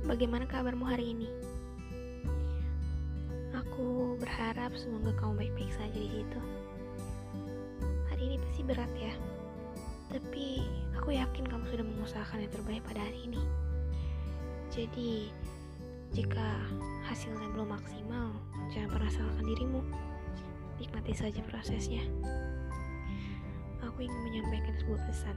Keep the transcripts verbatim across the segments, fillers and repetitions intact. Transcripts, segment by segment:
bagaimana kabarmu hari ini? Aku berharap semoga kamu baik-baik saja di situ. Hari ini pasti berat ya, tapi aku yakin kamu sudah mengusahakan yang terbaik pada hari ini. Jadi, jika hasilnya belum maksimal, jangan pernah salahkan dirimu. Nikmati saja prosesnya. Aku ingin menyampaikan sebuah pesan.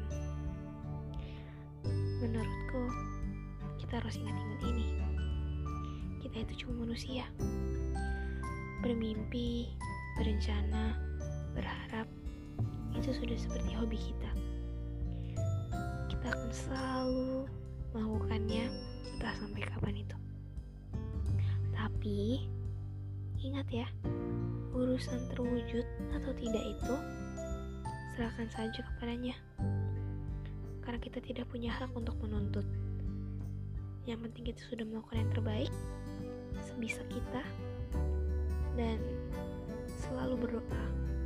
Menurutku, kita harus ingat-ingat ini. Kita itu cuma manusia. Bermimpi, berencana, berharap, itu sudah seperti hobi kita. Kita akan selalu melakukannya, entah sampai kapan itu. Tapi, ingat ya, urusan terwujud atau tidak itu, serahkan saja kepadanya. Karena kita tidak punya hak untuk menuntut. Yang penting kita sudah melakukan yang terbaik sebisa kita dan selalu berdoa.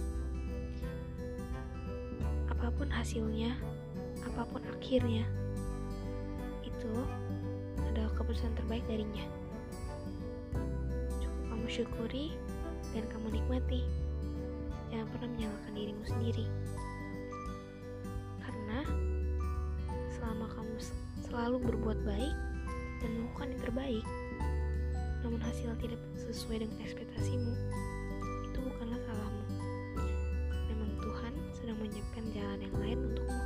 Apapun hasilnya, apapun akhirnya, itu adalah keputusan terbaik darinya. Cukup kamu syukuri dan kamu nikmati. Jangan pernah menyalahkan dirimu sendiri. Karena selama kamu selalu berbuat baik dan melakukan yang terbaik, namun hasil tidak sesuai dengan ekspektasimu, itu bukanlah salahmu. Memang Tuhan sedang menyiapkan jalan yang lain untukmu.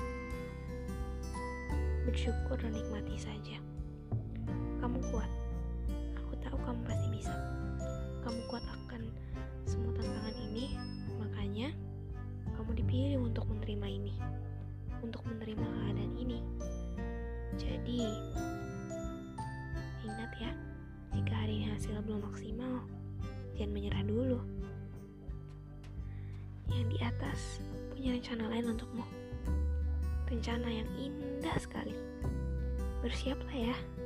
Bersyukur dan nikmati saja. Kamu kuat. Aku tahu kamu pasti bisa. Kamu kuat akan semua tantangan ini, makanya kamu dipilih untuk menerima ini, untuk menerima keadaan ini. Jadi, ingat ya, jika hari ini hasil belum maksimal, jangan menyerah dulu. Yang di atas punya rencana lain untukmu. Rencana yang indah sekali. Bersiaplah ya.